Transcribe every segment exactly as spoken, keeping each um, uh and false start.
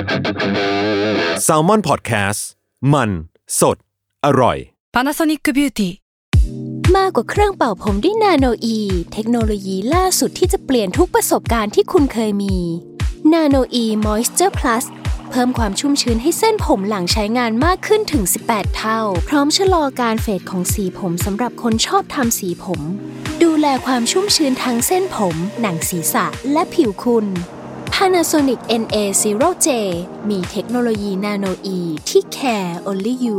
Salmon Podcast มันสดอร่อย Panasonic Beauty มากกว่าเครื่องเป่าผมด้วยนาโนอีเทคโนโลยีล่าสุดที่จะเปลี่ยนทุกประสบการณ์ที่คุณเคยมีนาโนอีมอยส์เจอร์พลัสเพิ่มความชุ่มชื้นให้เส้นผมหลังใช้งานมากขึ้นถึงสิบแปดเท่าพร้อมชะลอการเฟดของสีผมสำหรับคนชอบทำสีผมดูแลความชุ่มชื้นทั้งเส้นผมหนังศีรษะและผิวคุณ Panasonic เอ็น เอ ศูนย์ เจ มีเทคโนโลยีนาโนอีที่ care only you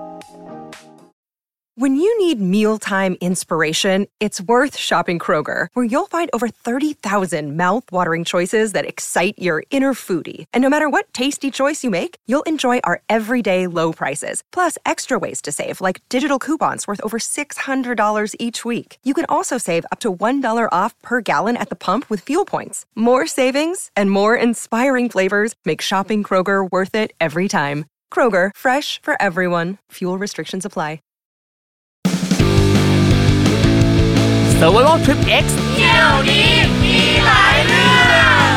When you need mealtime inspiration, it's worth shopping Kroger, where you'll find over thirty thousand mouth-watering choices that excite your inner foodie. And no matter what tasty choice you make, you'll enjoy our everyday low prices, plus extra ways to save, like digital coupons worth over six hundred dollars each week. You can also save up to one dollar off per gallon at the pump with fuel points. More savings and more inspiring flavors make shopping Kroger worth it every time. Kroger, fresh for everyone. Fuel restrictions apply. Survival Trip X เที่ยวนี้มีหลายเรื่อง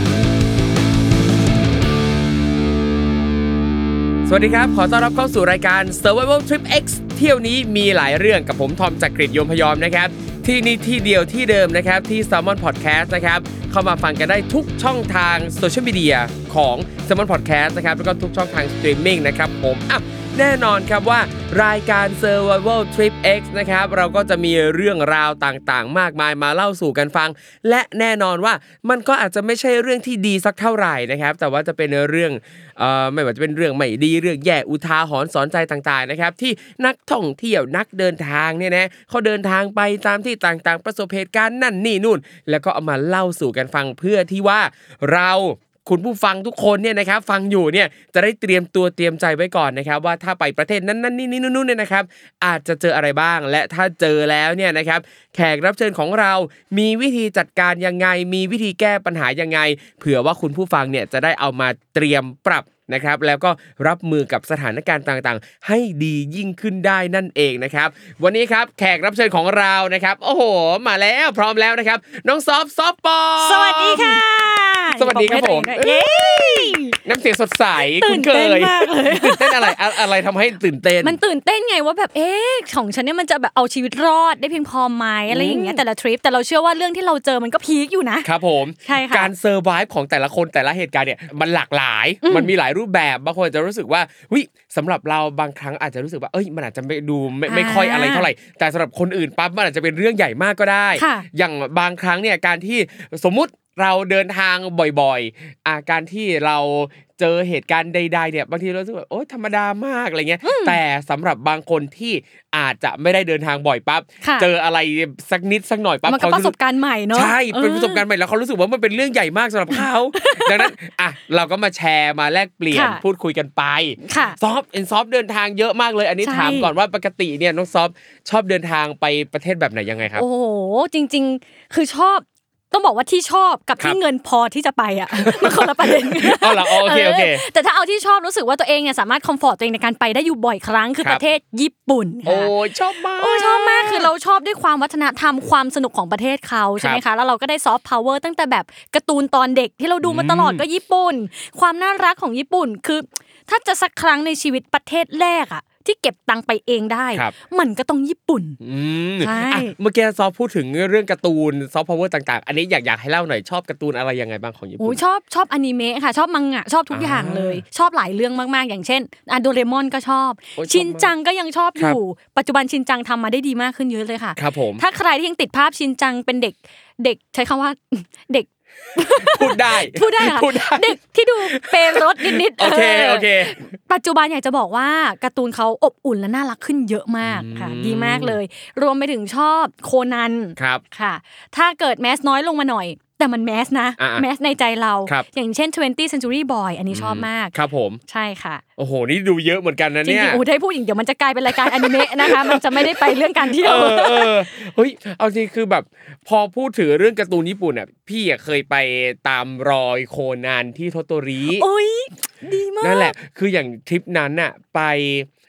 สวัสดีครับขอต้อนรับเข้าสู่รายการ Survival Trip X เที่ยวนี้มีหลายเรื่องกับผมทอมจักริดยมพยอมนะครับที่นี่ที่เดียวที่เดิมนะครับที่ Salmon Podcast นะครับเข้ามาฟังกันได้ทุกช่องทางโซเชียลมีเดียของ Salmon Podcast นะครับแล้วก็ทุกช่องทางสตรีมมิ่งนะครับผมอ่ะแน่นอนครับว่ารายการ Survival Trip X นะครับเราก็จะมีเรื่องราวต่างๆมากมายมาเล่าสู่กันฟังและแน่นอนว่ามันก็อาจจะไม่ใช่เรื่องที่ดีสักเท่าไหร่นะครับแต่ว่าจะเป็นเรื่องเอ่อไม่ว่าจะเป็นเรื่องไม่ดีเรื่องแย่อุทาหรณ์สอนใจต่างๆนะครับที่นักท่องเที่ยวนักเดินทางเนี่ยนะเขาเดินทางไปตามที่ต่างๆประสบเหตุการณ์นั่นนี่นู่นแล้วก็เอามาเล่าสู่กันฟังเพื่อที่ว่าเราคุณผู้ฟังทุกคนเนี่ยนะครับฟังอยู่เนี่ยจะได้เตรียมตัวเตรียมใจไว้ก่อนนะครับว่าถ้าไปประเทศนั้นนั่นนี่นี่นู่นเนี่ยนะครับอาจจะเจออะไรบ้างและถ้าเจอแล้วเนี่ยนะครับแขกรับเชิญของเรามีวิธีจัดการยังไงมีวิธีแก้ปัญหายังไงเผื่อว่าคุณผู้ฟังเนี่ยจะได้เอามาเตรียมปรับนะครับแล้วก็รับมือกับสถานการณ์ต่างๆให้ดียิ่งขึ้นได้นั่นเองนะครับวันนี้ครับแขกรับเชิญของเรานะครับโอ้โหมาแล้วพร้อมแล้วนะครับน้องซอฟซอฟปอสวัสดีค่ะสวัสดีครับผมเย้น้ำเสียงสดใสคุ้นเคยตื่นเต้นอะไรอะไรทำให้ตื่นเต้นมันตื่นเต้นไงว่าแบบเอ๊ะของฉันเนี่ยมันจะแบบเอาชีวิตรอดได้เพียงพอไหมอะไรอย่างเงี้ยแต่ละทริปแต่เราเชื่อว่าเรื่องที่เราเจอมันก็พีคอยู่นะครับผมการเซอร์ไวฟ์ของแต่ละคนแต่ละเหตุการณ์เนี่ยมันหลากหลายมันมีหลายรูปแบบบางคนจะรู้สึกว่าวิสำหรับเราบางครั้งอาจจะรู้สึกว่าเอ้ยมันอาจจะไม่ดูไม่ไม่ค่อยอะไรเท่าไหร่แต่สำหรับคนอื่นปั๊บมันอาจจะเป็นเรื่องใหญ่มากก็ได้อย่างบางครั้งเนี่ยการที่สมมุติเราเดินทางบ่อยๆอ่าการที่เราเจอเหตุการณ์ใดๆเนี่ยบางทีเรารู้สึกว่าโอ๊ยธรรมดามากอะไรเงี้ยแต่สำหรับบางคนที่อาจจะไม่ได้เดินทางบ่อยปั๊บเจออะไรสักนิดสักหน่อยปั๊บเขาประสบการณ์ใหม่เนาะใช่เป็นประสบการณ์ใหม่แล้วเขารู้สึกว่ามันเป็นเรื่องใหญ่มากสำหรับเขาดังนั้นอ่ะเราก็มาแชร์มาแลกเปลี่ยนพูดคุยกันไปซอฟเอ็นซอฟเดินทางเยอะมากเลยอันนี้ถามก่อนว่าปกติเนี่ยน้องซอฟชอบเดินทางไปประเทศแบบไหนยังไงครับโอ้โหจริงๆคือชอบต้องบอกว่าที่ชอบกับที่เงินพอที่จะไปอ่ะมันคนละประเด็นเอาล่ะโอเคโอเคแต่ถ้าเอาที่ชอบรู้สึกว่าตัวเองเนี่ยสามารถคอมฟอร์ตตัวเองในการไปได้อยู่บ่อยครั้งคือประเทศญี่ปุ่นโอ้ยชอบมากโอ้ชอบมากคือเราชอบด้วยความวัฒนธรรมความสนุกของประเทศเขาใช่มั้ยคะแล้วเราก็ได้ซอฟต์พาวเวอร์ตั้งแต่แบบการ์ตูนตอนเด็กที่เราดูมาตลอดก็ญี่ปุ่นความน่ารักของญี่ปุ่นคือถ้าจะสักครั้งในชีวิตประเทศแรกอ่ะที่เก็บตังค์ไปเองได้มันก็ต้องญี่ปุ่นใช่เมื่อกี้ซอฟพูดถึงเรื่องการ์ตูนซอฟต์พาวเวอร์ต่างๆอันนี้อยากอยากให้เล่าหน่อยชอบการ์ตูนอะไรยังไงบ้างของญี่ปุ่นโอ้ชอบชอบอนิเมะค่ะชอบมังงะชอบทุกอย่างเลยชอบหลายเรื่องมากๆอย่างเช่นอะโดเรมอนก็ชอบชินจังก็ยังชอบอยู่ปัจจุบันชินจังทำมาได้ดีมากขึ้นเยอะเลยค่ะครับผมถ้าใครที่ยังติดภาพชินจังเป็นเด็กเด็กใช้คำว่าเด็กพูดได้พูดได้ค่ะเด็กที่ดูเปรสนิดๆโอเคโอเคปัจจุบันอยากจะบอกว่าการ์ตูนเขาอบอุ่นและน่ารักขึ้นเยอะมากค่ะดีมากเลยรวมไปถึงชอบโคนันครับค่ะถ้าเกิดแมสน้อยลงมาหน่อยแต่มันแมสนะแมสในใจเราอย่างเช่นtwentieth Century Boy อันนี้ชอบมากครับผมใช่ค่ะโอ้โหนี่ดูเยอะเหมือนกันนะเนี่ยจริงๆโอ้ได้พูดอย่างเดี๋ยวมันจะกลายเป็นรายการอนิเมะนะคะมันจะไม่ได้ไปเรื่องการเที่ยวเออเฮ้ยเอาจริงคือแบบพอพูดถึงเรื่องการ์ตูนญี่ปุ่นน่ะพี่อ่ะเคยไปตามรอยโคนันที่โทโตริโอ๊ยดีมากนั่นแหละคืออย่างทริปนั้นน่ะไป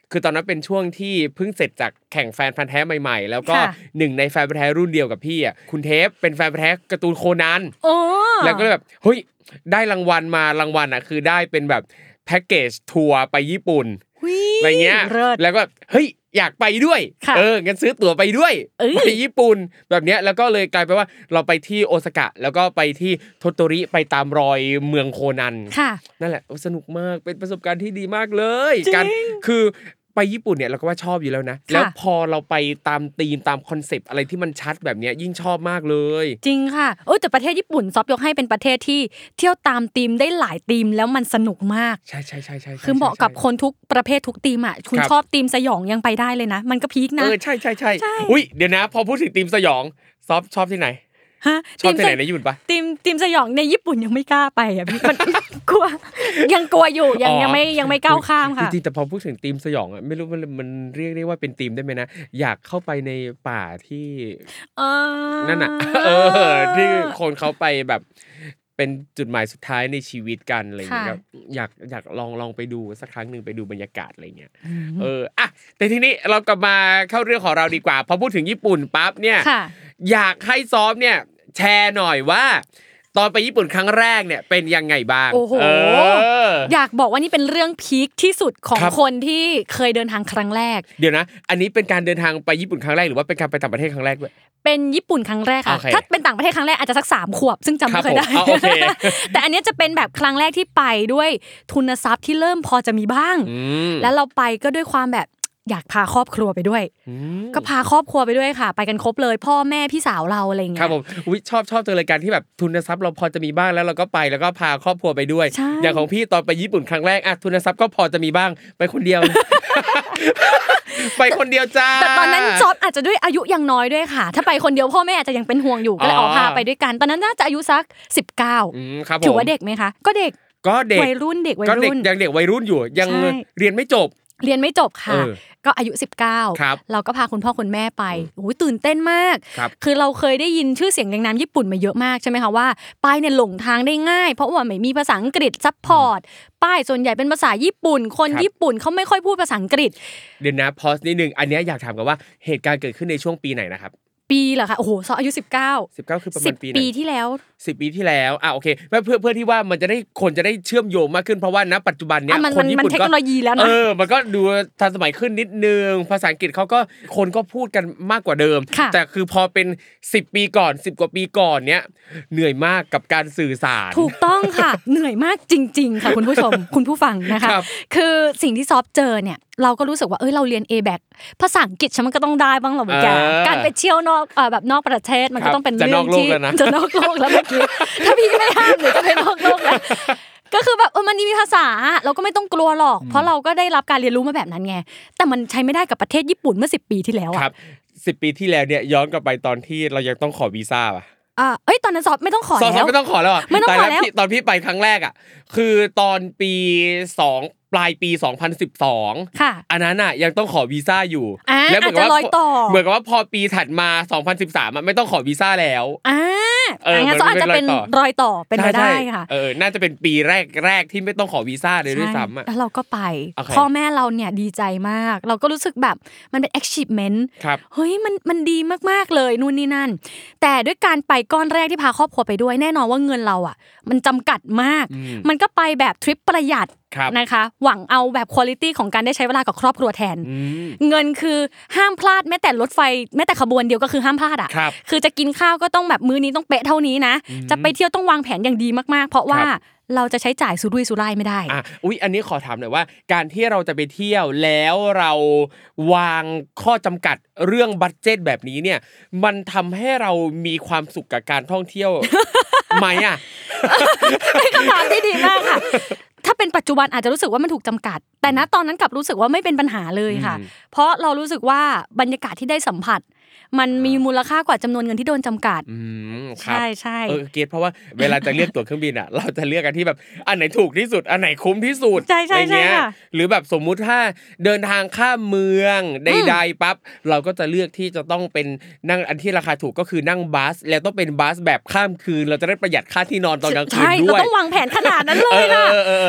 คือตอนนั้นเป็นช่วงที่เพิ่งเสร็จจากแข่งแฟนพันธุ์แท้ใหม่ๆแล้วก็ค่ะหนึ่งในแฟนพันธุ์แท้รุ่นเดียวกับพี่อ่ะคุณเทปเป็นแฟนพันธุ์แท้การ์ตูนโคนันโอ้แล้วก็เลยแบบเฮ้ยได้รางวัลมารางวัลอ่ะคือได้เป็นแบบแพ็คเกจทัวร์ไปญี่ปุ่นอะไรเงี้ยแล้วก็เฮ้ยอยากไปด้วยเอองั้นซื้อตั๋วไปด้วยไปญี่ปุ่นแบบเนี้ยแล้วก็เลยกลายเป็นว่าเราไปที่โอซากะแล้วก็ไปที่โทโตริไปตามรอยเมืองโคนันนั่นแหละสนุกมากเป็นประสบการณ์ที่ดีมากเลยการคือไปญี่ปุ่นเนี่ยเราก็ว่าชอบอยู่แล้วนะแล้วพอเราไปตามธีมตามคอนเซปต์อะไรที่มันชัดแบบเนี้ยยิ่งชอบมากเลยจริงค่ะเออแต่ประเทศญี่ปุ่นซอฟยกให้เป็นประเทศที่เที่ยวตามธีมได้หลายธีมแล้วมันสนุกมากใช่ๆๆๆคือเหมาะกับคนทุกประเภททุกธีมอ่ะคุณชอบธีมสยองยังไปได้เลยนะมันก็พีคนะเออใช่ๆๆอุ๊ยเดี๋ยวนะพอพูดถึงธีมสยองซอฟชอบที่ไหนฮะชอบที่ไหนในญี่ปุ่นปะทีมทีมสยองในญี่ปุ่นยังไม่กล้าไปอ่ะพี่มันกลัวยังกลัวอยู่ยังยังไม่ยังไม่ก้าวข้ามค่ะจริงๆแต่พอพูดถึงทีมสยองอ่ะไม่รู้มันมันเรียกได้ว่าเป็นทีมได้ไหมนะอยากเข้าไปในป่าที่นั่นน่ะเออที่คนเขาไปแบบเป็นจุดหมายสุดท้ายในชีวิตกันอะไรอย่างเงี้ยอยากอยากลองลองไปดูสักครั้งนึงไปดูบรรยากาศอะไรเงี้ยเอออ่ะแต่ทีนี้เรากลับมาเข้าเรื่องของเราดีกว่าพอพูดถึงญี่ปุ่นปั๊บเนี่ยอยากให้ซ้อมเนี่ยแชร์หน่อยว่าตอนไปญี่ปุ่นครั้งแรกเนี่ยเป็นยังไงบ้างโอ้โหอยากบอกว่านี่เป็นเรื่องพีคที่สุดของคนที่เคยเดินทางครั้งแรกเดี๋ยวนะอันนี้เป็นการเดินทางไปญี่ปุ่นครั้งแรกหรือว่าเป็นการไปต่างประเทศครั้งแรกด้วยเป็นญี่ปุ่นครั้งแรกค่ะถ้าเป็นต่างประเทศครั้งแรกอาจจะสักสามขวบซึ่งจำไม่เคยได้แต่อันนี้จะเป็นแบบครั้งแรกที่ไปด้วยทุนทรัพย์ที่เริ่มพอจะมีบ้างแล้วเราไปก็ด้วยความแบบอยากพาครอบครัวไปด้วยก็พาครอบครัวไปด้วยค่ะไปกันครบเลยพ่อแม่พี่สาวเราอะไรอย่างเงี้ยครับผมอุ๊ยชอบชอบเจอรายการที่แบบทุนทรัพย์เราพอจะมีบ้างแล้วเราก็ไปแล้วก็พาครอบครัวไปด้วยอย่างของพี่ตอนไปญี่ปุ่นครั้งแรกอ่ะทุนทรัพย์ก็พอจะมีบ้างไปคนเดียว ไปคนเดียวจ้าแต่ตอนนั้นจอบอาจจะด้วยอายุยังน้อยด้วยค่ะถ้าไปคนเดียวพ่อแม่อาจจะยังเป็นห่วงอยู่ก็เลยเอาพาไปด้วยกันตอนนั้นน่าจะอายุสักสิบเก้าอืมครับผมถือว่าเด็กมั้ยคะก็เด็กก็เด็กวัยรุ่นเด็กวัยรุ่นยังเด็กวัยรุ่นอยู่ยังเรียนไม่จบเรียนไม่จบค่ะก็อายุสิบเก้าเราก็พาคุณพ่อคุณแม่ไปโอ้ยตื่นเต้นมากคือเราเคยได้ยินชื่อเสียงเรียงนามญี่ปุ่นมาเยอะมากใช่ไหมคะว่าป้ายเนี่ยหลงทางได้ง่ายเพราะว่าไม่มีภาษาอังกฤษซัพพอร์ตป้ายส่วนใหญ่เป็นภาษาญี่ปุ่นคนญี่ปุ่นเขาไม่ค่อยพูดภาษาอังกฤษเดี๋ยวนะพอสนิดนึงอันนี้อยากถามกันว่าเหตุการณ์เกิดขึ้นในช่วงปีไหนนะครับปีเหรอคะโอ้โหซออายุสิบเก้าสิบเก้าคือประมาณปีไหนสิบปีที่แล้วสิบปีที่แล้วอ่ะโอเคเพื่อเพื่อที่ว่ามันจะได้คนจะได้เชื่อมโยงมากขึ้นเพราะว่าณปัจจุบันเนี้ยคนญี่ปุ่นก็เทคโนโลยีแล้วนะเออมันก็ดูทันสมัยขึ้นนิดนึงภาษาอังกฤษเขาก็คนก็พูดกันมากกว่าเดิมแต่คือพอเป็นสิบปีก่อนสิบกว่าปีก่อนเนี้ยเหนื่อยมากกับการสื่อสารถูกต้องค่ะเหนื่อยมากจริงๆค่ะคุณผู้ชมคุณผู้ฟังนะคะคือสิ่งที่ซอฟเจอเนี่ยเราก็รู้สึกว่าเอ้ยเราเรียน เอ แบค ภาษาอังกฤษฉันมันก็ต้องได้บ้างหรอแกการไปเที่ยวนอกแบบนอกประเทศมันก็ต้องเป็นเรื่องที่จะนอกโลกแล้วเมื่อกี้ถ้าพี่ไม่ห้ามหนูจะไปนอกโลกแล้วก็คือแบบเออมันมีภาษาเราก็ไม่ต้องกลัวหรอกเพราะเราก็ได้รับการเรียนรู้มาแบบนั้นไงแต่มันใช้ไม่ได้กับประเทศญี่ปุ่นเมื่อสิบปีที่แล้วอ่ะครับสิบปีที่แล้วเนี่ยย้อนกลับไปตอนที่เรายังต้องขอวีซ่าป่ะอ่าเอ้ยตอนนั้นซอฟไม่ต้องขอแล้วซอฟไม่ต้องขอแล้วไม่ต้องขอแล้วตอนพี่ไปครั้งแรกอ่ะคือตอนปีสองปลายปีสองพันสิบสองค่ะอันนั้นน่ะยังต้องขอวีซ่าอยู่แล้วเหมือนกับว่าเหมือนกับว่าพอปีถัดมาสองพันสิบสามอ่ะไม่ต้องขอวีซ่าแล้วอ่าเอองั้นอาจจะเป็นรอยต่อเป็นไปได้ค่ะเออน่าจะเป็นปีแรกแรกที่ไม่ต้องขอวีซ่าเลยด้วยซ้ำอ่ะแล้วเราก็ไปพ่อแม่เราเนี่ยดีใจมากเราก็รู้สึกแบบมันเป็น achievement เฮ้ยมันมันดีมากๆเลยนู่นนี่นั่นแต่ด้วยการไปก้อนแรกที่พาครอบครัวไปด้วยแน่นอนว่าเงินเราอ่ะมันจำกัดมากมันก็ไปแบบทริปประหยัดนะคะหวังเอาแบบคุณภาพของการได้ใช้เวลากับครอบครัวแทนเงินคือห้ามพลาดแม้แต่รถไฟแม้แต่ขบวนเดียวก็คือห้ามพลาดอ่ะคือจะกินข้าวก็ต้องแบบมื้อนี้ต้องเป๊ะเท่านี้นะจะไปเที่ยวต้องวางแผนอย่างดีมากๆเพราะว่าเราจะใช้จ่ายสุรุ่ยสุร่ายไม่ได้อ่ะอุ๊ยอันนี้ขอถามหน่อยว่าการที่เราจะไปเที่ยวแล้วเราวางข้อจำกัดเรื่องบัดเจ็ตแบบนี้เนี่ยมันทำให้เรามีความสุขกับการท่องเที่ยวไหมอ่ะเป็นคำถามที่ดีมากค่ะถ้าเป็นปัจจุบันอาจจะรู้สึกว่ามันถูกจำกัดแต่ณตอนนั้นกลับรู้สึกว่าไม่เป็นปัญหาเลยค่ะเพราะเรารู้สึกว่าบรรยากาศที่ได้สัมผัสมันมีมูลค่ากว่าจำนวนเงินที่โดนจำกัดใช่ใช่เออเกตเพราะว่าเวลาจะเลือกตั๋วเครื่องบินอ่ะเราจะเลือกกันที่แบบอันไหนถูกที่สุดอันไหนคุ้มที่สุดอะไรเงี้ยหรือแบบสมมุติถ้าเดินทางข้ามเมืองใดๆปั๊บเราก็จะเลือกที่จะต้องเป็นนั่งอันที่ราคาถูกก็คือนั่งบัสแล้วต้องเป็นบัสแบบข้ามคืนเราจะได้ประหยัดค่าที่นอนตอนกลางคืนด้วยเราต้องวางแผนขนาดนั้นเลยนะหรือบาง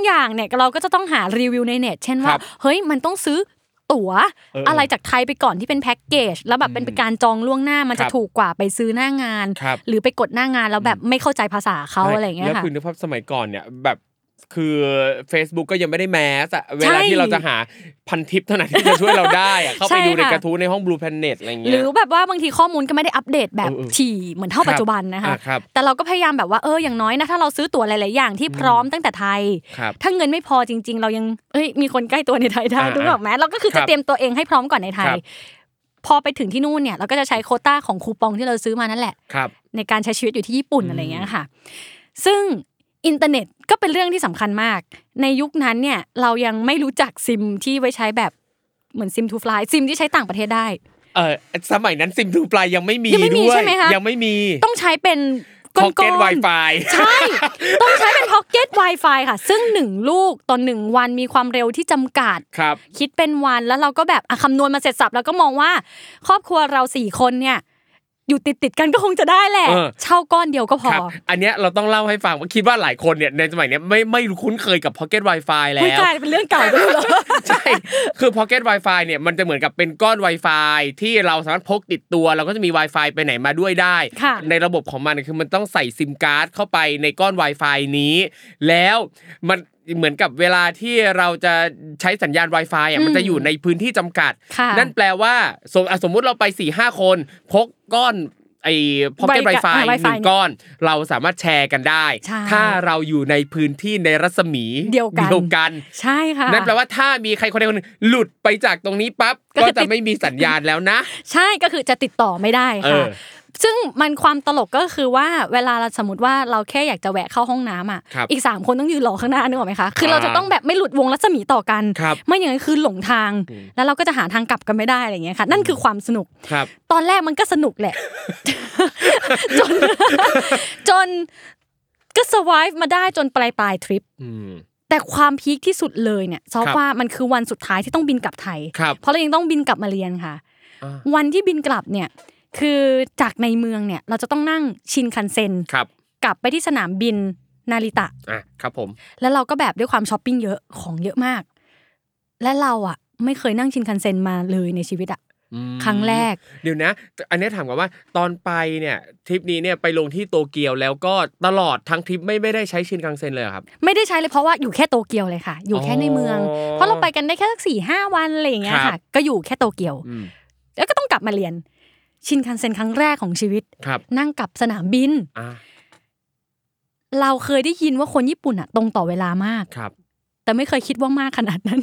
อย่างเนี่ยเราก็จะต้องหารีวิวในเน็ตเช่นว่าเฮ้ยมันต้องซื้อตั๋วอะไรจากไทยไปก่อนที่เป็นแพ็คเกจแล้วแบบเป็นการจองล่วงหน้ามันจะถูกกว่าไปซื้อหน้างานหรือไปกดหน้างานแล้วแบบไม่เข้าใจภาษาเขาอะไรอย่างเงี้ยค่ะแล้วคือนึกภาพสมัยก่อนเนี่ยแบบคือ Facebook ก็ยังไม่ได้แมสอ่ะเวลาที่เราจะหาพันทิปเท่านั้นที่จะช่วยเราได้อ่ะเข้าไปดูในกระทู้ในห้อง Blue Planet อะไรเงี้ยหรือแบบว่าบางทีข้อมูลก็ไม่ได้อัปเดตแบบถี่เหมือนเท่าปัจจุบันนะคะแต่เราก็พยายามแบบว่าเอออย่างน้อยนะถ้าเราซื้อตั๋วหลายๆอย่างที่พร้อมตั้งแต่ไทยถ้าเงินไม่พอจริงๆเรายังเอ้ยมีคนใกล้ตัวในไทยได้ถูกมั้ยเราก็คือจะเตรียมตัวเองให้พร้อมก่อนในไทยพอไปถึงที่นู่นเนี่ยเราก็จะใช้โควต้าของคูปองที่เราซื้อมานั่นแหละในการใช้ชีวิตอยู่ที่ญี่ปุ่นอะไรเงี้ยค่ะซึ่งอินเทอร์เน็ตก็เป็นเรื่องที่สำคัญมากในยุคนั้นเนี่ยเรายังไม่รู้จักซิมที่ไว้ใช้แบบเหมือนซิมทูฟลายซิมที่ใช้ต่างประเทศได้เออสมัยนั้นซิมทูฟลายยังไม่มีด้วยยังไม่มีต้องใช้เป็นพ็อกเก็ต Wi-Fi ใช่ต้องใช้เป็นพ็อกเก็ต Wi-Fi ค่ะซึ่งหนึ่งลูกต่อหนึ่งวันมีความเร็วที่จำกัดคิดเป็นวันแล้วเราก็แบบอ่ะคำนวณมาเสร็จสับแล้วก็มองว่าครอบครัวเราสี่คนเนี่ยอยู่ติดๆกันก็คงจะได้แหละเช่าก้อนเดียวก็พออันเนี้ยเราต้องเล่าให้ฟังว่าคิดว่าหลายคนเนี่ยในสมัยเนี้ยไม่ไม่คุ้นเคยกับ Pocket Wi-Fi แล้วกลายเป็นเรื่องเก่าไปแล้วใช่คือ Pocket Wi-Fi เนี่ยมันจะเหมือนกับเป็นก้อน Wi-Fi ที่เราสามารถพกติดตัวเราก็จะมี Wi-Fi ไปไหนมาด้วยได้ในระบบของมันคือมันต้องใส่ซิมการ์ดเข้าไปในก้อน Wi-Fi นี้แล้วมันเหมือนกับเวลาที่เราจะใช้สัญญาณ Wi-Fi อ่ะมันจะอยู่ในพื้นที่จำกัดนั่นแปลว่าสมสมมุติเราไป สี่ห้า คนพกก้อนไอ้ Pocket Wi-Fi หนึ่งก้อนเราสามารถแชร์กันได้ถ้าเราอยู่ในพื้นที่ในรัศมีเดียวกันใช่ค่ะนั่นแปลว่าถ้ามีใครคนใดคนนึงหลุดไปจากตรงนี้ปั๊บก็จะไม่มีสัญญาณแล้วนะใช่ก็คือจะติดต่อไม่ได้ค่ะซึ่งมันความตลกก็คือว่าเวลาสมมติว่าเราแค่อยากจะแวะเข้าห้องน้ำอ่ะอีกสามคนต้องยืนรอข้างหน้านึกออกไหมคะคือเราจะต้องแบบไม่หลุดวงรัศมีต่อกันไม่อย่างนั้นคือหลงทางแล้วเราก็จะหาทางกลับกันไม่ได้อะไรอย่างเงี้ยค่ะนั่นคือความสนุกตอนแรกมันก็สนุกแหละจนจนก็ survive มาได้จนปลายปลายทริปแต่ความพีคที่สุดเลยเนี่ยซอฟว่ามันคือวันสุดท้ายที่ต้องบินกลับไทยเพราะเรายังต้องบินกลับมาเรียนค่ะวันที่บินกลับเนี่ยคือจากในเมืองเนี่ยเราจะต้องนั่งชินคันเซ็นกลับไปที่สนามบินนาริตะอ่ะครับผมแล้วเราก็แบบด้วยความช้อปปิ้งเยอะของเยอะมากและเราอ่ะไม่เคยนั่งชินคันเซ็นมาเลยในชีวิตอ่ะครั้งแรกเดี๋ยวนะอันนี้ถามก่อนว่าตอนไปเนี่ยทริปนี้เนี่ยไปลงที่โตเกียวแล้วก็ตลอดทั้งทริปไม่ไม่ได้ใช้ชินคันเซ็นเลยครับไม่ได้ใช้เลยเพราะว่าอยู่แค่โตเกียวเลยค่ะอยู่แค่ในเมืองเพราะเราไปกันได้แค่สัก สี่ห้า วันอะไรอย่างเงี้ยค่ะก็อยู่แค่โตเกียวแล้วก็ต้องกลับมาเรียนชินคันเซ็นครั้งแรกของชีวิตนั่งกับสนามบินเราเคยได้ยินว่าคนญี่ปุ่นอ่ะตรงต่อเวลามากแต่ไม่เคยคิดว่ามากขนาดนั้น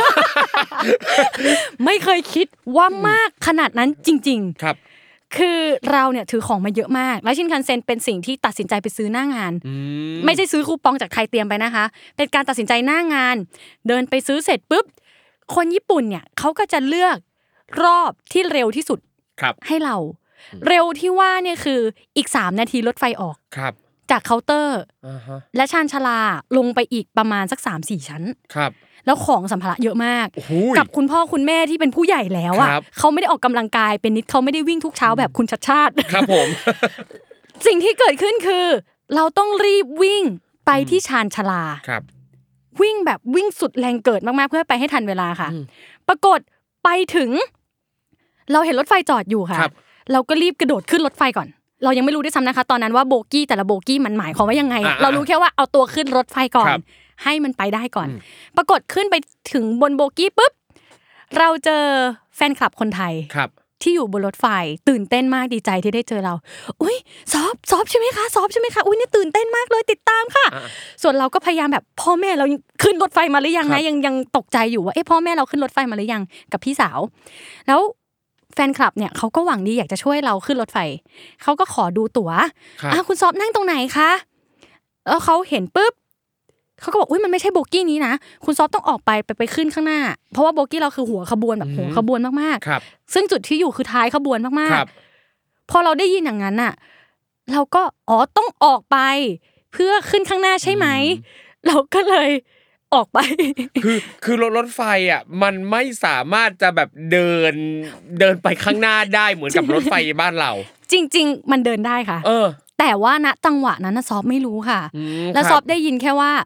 ไม่เคยคิดว่ามากขนาดนั้นจริงๆครับคือเราเนี่ยถือของมาเยอะมากแล้วชินคันเซ็นเป็นสิ่งที่ตัดสินใจไปซื้อหน้างานไม่ใช่ซื้อคูปองจากไทยเตรียมไปนะคะเป็นการตัดสินใจหน้างานเดินไปซื้อเสร็จปุ๊บคนญี่ปุ่นเนี่ยเขาก็จะเลือกรอบที่เร็วที่สุดให้เราเร็วที่ว่าเนี่ยคืออีกสามนาทีรถไฟออกครับจากเคาน์เตอร์และชานชาลาลงไปอีกประมาณสัก สามสี่ ชั้นครับแล้วของสัมภาระเยอะมากกับคุณพ่อคุณแม่ที่เป็นผู้ใหญ่แล้วอ่ะเขาไม่ได้ออกกำลังกายเป็นนิดเขาไม่ได้วิ่งทุกเช้าแบบคุณชัดชาติครับผมสิ่งที่เกิดขึ้นคือเราต้องรีบวิ่งไปที่ชานชาลาครับวิ่งแบบวิ่งสุดแรงเกิดมากๆเพื่อไปให้ทันเวลาค่ะปรากฏไปถึงเราเห็นรถไฟจอดอยู่ค่ะเราก็รีบกระโดดขึ้นรถไฟก่อนเรายังไม่รู้ด้วยซ้ำนะคะตอนนั้นว่าโบกี้แต่ละโบกี้มันหมายความว่ายังไงเรารู้แค่ว่าเอาตัวขึ้นรถไฟก่อนให้มันไปได้ก่อนปรากฏขึ้นไปถึงบนโบกี้ปุ๊บเราเจอแฟนคลับคนไทยที่อยู่บนรถไฟตื่นเต้นมากดีใจที่ได้เจอเราอุ้ยซอฟซอฟใช่ไหมคะซอฟใช่ไหมคะอุ้ยเนี่ยตื่นเต้นมากเลยติดตามค่ะส่วนเราก็พยายามแบบพ่อแม่เราขึ้นรถไฟมาหรือยังนะยังยังตกใจอยู่ว่าเอ๊ะพ่อแม่เราขึ้นรถไฟมาหรือยังกับพี่สาวแล้วแฟนคลับเนี่ยเขาก็หวังดีอยากจะช่วยเราขึ้นรถไฟเขาก็ขอดูตั๋วอ่ะคุณซอฟนั่งตรงไหนคะแล้วเขาเห็นปุ๊บเขาก็บอกอุ้ยมันไม่ใช่โบกี้นี้นะคุณซอฟต้องออกไปไปไปขึ้นข้างหน้าเพราะว่าโบกี้เราคือหัวขบวนแบบหัวขบวนมากๆซึ่งจุดที่อยู่คือท้ายขบวนมากๆพอเราได้ยินอย่างนั้นน่ะเราก็อ๋อต้องออกไปเพื่อขึ้นข้างหน้าใช่ไหมเราก็เลยออกไปคือคือรถรถไฟอ่ะมันไม่สามารถจะแบบเดินเดินไปข้างหน้าได้เหมือนกับรถไฟบ้านเราจริงๆมันเดินได้ค่ะเออแต่ว่าณจังหวะนั้นน่ะซอฟไม่รู้ค่ะแล้วซอฟได้ยินแค่ว่า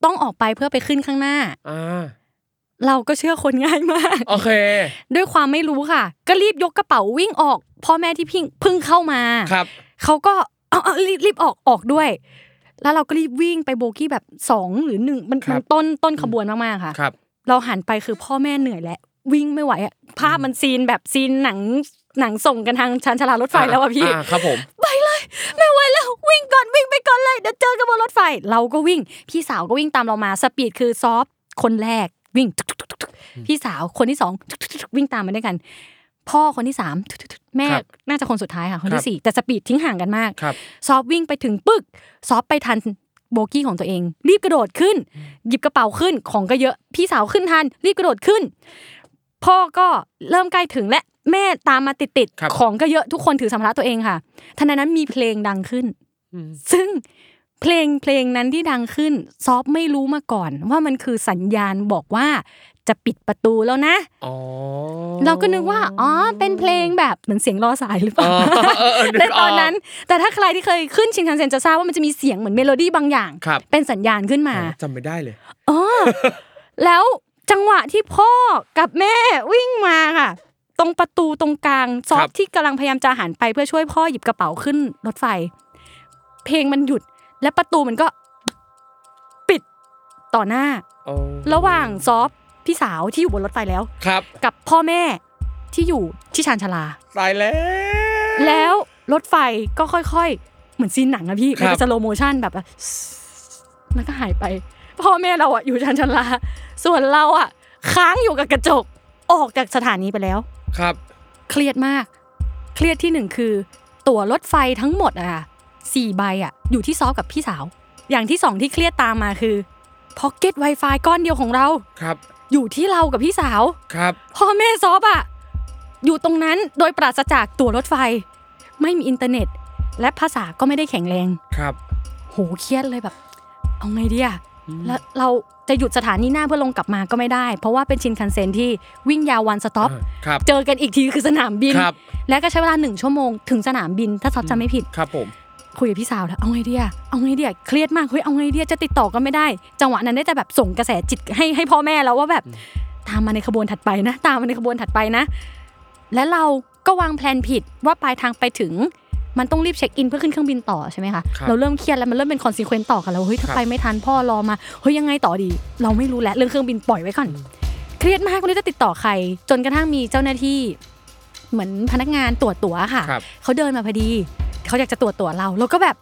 ต้องออกไปเพื่อไปขึ้นข้างหน้าอ่าเราก็เชื่อคนง่ายมากโอเคด้วยความไม่รู้ค่ะก็รีบยกกระเป๋าวิ่งออกพ่อแม่ที่พิ่งเพิ่งเข้ามาครับเขาก็เอาๆรีบๆออกออกด้วยแล้วเราก็รีบวิ่งไปโบกี้แบบสองหรือหนึ่งมันมันต้นต้นขบวนมากๆค่ะเราหันไปคือพ่อแม่เหนื่อยแล้ววิ่งไม่ไหวอ่ะภาพมันซีนแบบซีนหนังหนังส่งกันทางชานชาลารถไฟแล้วอ่ะพี่ครับผมไปเลยไม่ไหวแล้ววิ่งก่อนวิ่งไปก่อนเลยเดี๋ยวเจอกันบนรถไฟเราก็วิ่งพี่สาวก็วิ่งตามเรามาสปีดคือซอฟคนแรกวิ่งพี่สาวคนที่สองวิ่งตามมาด้วยกันพ่อคนที่สามแม่น่าจะคนสุดท้ายค่ะคนที่สี่แต่สปีดทิ้งห่างกันมากซอฟวิ่งไปถึงปึ๊กซอฟไปทันโบกี้ของตัวเองรีบกระโดดขึ้นหยิบกระเป๋าขึ้นของก็เยอะพี่สาวขึ้นทันรีบกระโดดขึ้นพ่อก็เริ่มใกล้ถึงและแม่ตามมาติดๆของก็เยอะทุกคนถือสัมภาระตัวเองค่ะทันใดนั้นมีเพลงดังขึ้นซึ่งเพลงเพลงนั้นที่ดังขึ้นซอฟไม่รู้มาก่อนว่ามันคือสัญญาณบอกว่าจะปิดประตูแล้วนะอ๋อเราก็นึกว่าอ๋อเป็นเพลงแบบเหมือนเสียงรอสายหรือเปล่าในตอนนั้นแต่ถ้าใครที่เคยขึ้นชินคันเซ็นจะทราบว่ามันจะมีเสียงเหมือนเมโลดี้บางอย่างเป็นสัญญาณขึ้นมาจำไม่ได้เลยอ๋อแล้วจังหวะที่พ่อกับแม่วิ่งมาค่ะตรงประตูตรงกลางซอฟที่กำลังพยายามจะหันไปเพื่อช่วยพ่อหยิบกระเป๋าขึ้นรถไฟเพลงมันหยุดและประตูมันก็ปิดต่อหน้าระหว่างซอฟพี่สาวที่อยู่บนรถไฟแล้วกับพ่อแม่ที่อยู่ที่ชานชาลาตายแล้วแล้วรถไฟก็ค่อยๆเหมือนซีนหนังอะพี่มันเป็นสโลโมชั่นแบบมันก็หายไปพ่อแม่เราอะอยู่ชานชาลาส่วนเราอะค้างอยู่กับกระจกออกจากสถานีไปแล้วครับเครียดมากเครียดที่หนึ่งคือตั๋วรถไฟทั้งหมดอะสี่ใบอะอยู่ที่ซอฟกับพี่สาวอย่างที่สองที่เครียดตามมาคือพ็อกเก็ต Wi-Fi ก้อนเดียวของเราครับอยู่ที่เรากับพี่สาวครับพ่อแม่ซอฟอะอยู่ตรงนั้นโดยปราศจากตั๋วรถไฟไม่มีอินเทอร์เน็ตและภาษาก็ไม่ได้แข็งแรงครับโหเครียดเลยแบบเอาไงดีอะแล้วเราจะหยุดสถานีหน้าเพื่อลงกลับมาก็ไม่ได้เพราะว่าเป็นชินคันเซ็นที่วิ่งยาววันสต็อปเจอกันอีกทีคือสนามบินและก็ใช้เวลาหนึ่งชั่วโมงถึงสนามบินถ้าซอฟจำไม่ผิดครับผมคุยกับพี่สาวแล้วเอาไงดีอะเอาไงดีอะเครียดมากเฮ้ยเอาไงดีจะติดต่อก็ไม่ได้จังหวะนั้นได้แต่แบบส่งกระแสจิตให้ให้พ่อแม่แล้วว่าแบบตามมาในขบวนถัดไปนะตามมาในขบวนถัดไปนะและเราก็วางแผนผิดว่าปลายทางไปถึงมันต้องรีบเช็คอินเพื่อขึ้นเครื่องบินต่อใช่ไหมคะเราเริ่มเครียดแล้วมันเริ่มเป็นคอนซีเควนต์ต่อกันแล้วเฮ้ยถ้าไปไม่ทันพ่อรอมาเฮ้ยยังไงต่อดีเราไม่รู้แล้วเรื่องเครื่องบินปล่อยไว้ก่อนเครียดมากไม่รู้จะติดต่อใครจนกระทั่งมีเจ้าหน้าที่เหมือนพนักงานตรวจตั๋วค่ะเขาเดินมาพอดีเขาอยากจะตรวจตั๋วเราเราก็แบบ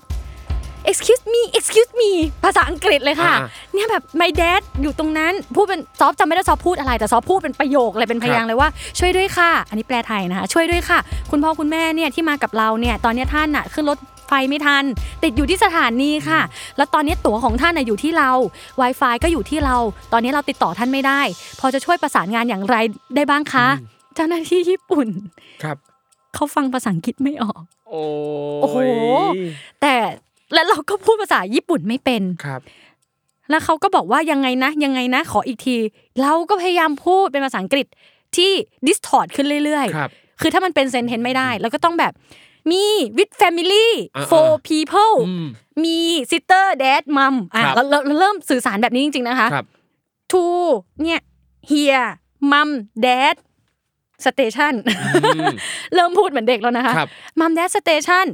excuse me excuse me ภาษาอังกฤษเลยค่ะเนี่ยแบบ my dad อยู่ตรงนั้นพูดเป็นซอฟจำไม่ได้ซอฟพูดอะไรแต่ซอฟพูดเป็นประโยคอะไรเป็นพยางค์เลยว่าช่วยด้วยค่ะอันนี้แปลไทยนะคะช่วยด้วยค่ะคุณพ่อคุณแม่เนี่ยที่มากับเราเนี่ยตอนนี้ท่านน่ะขึ้นรถไฟไม่ทันติดอยู่ที่สถานีค่ะแล้วตอนนี้ตั๋วของท่านน่ะอยู่ที่เรา Wi-Fi ก็อยู่ที่เราตอนนี้เราติดต่อท่านไม่ได้พอจะช่วยประสานงานอย่างไรได้บ้างคะเจ้าหน้าที่ญี่ปุ่นครับเขาฟังภาษาอังกฤษไม่ออกโอ้โหแต่แล้วเราก็พูดภาษาญี่ปุ่นไม่เป็นครับแล้วเขาก็บอกว่ายังไงนะยังไงนะขออีกทีเราก็พยายามพูดเป็นภาษาอังกฤษที่ distort ขึ้นเรื่อยๆคือถ้ามันเป็นเซนเทนไม่ได้แล้วก็ต้องแบบมี with family for people มี sister dad mom อ่ะเราเราเริ่มสื่อสารแบบนี้จริงๆนะคะ to เนี่ย here mom dad station เริ่มพูดเหมือนเด็กแล้วนะคะ mom dad station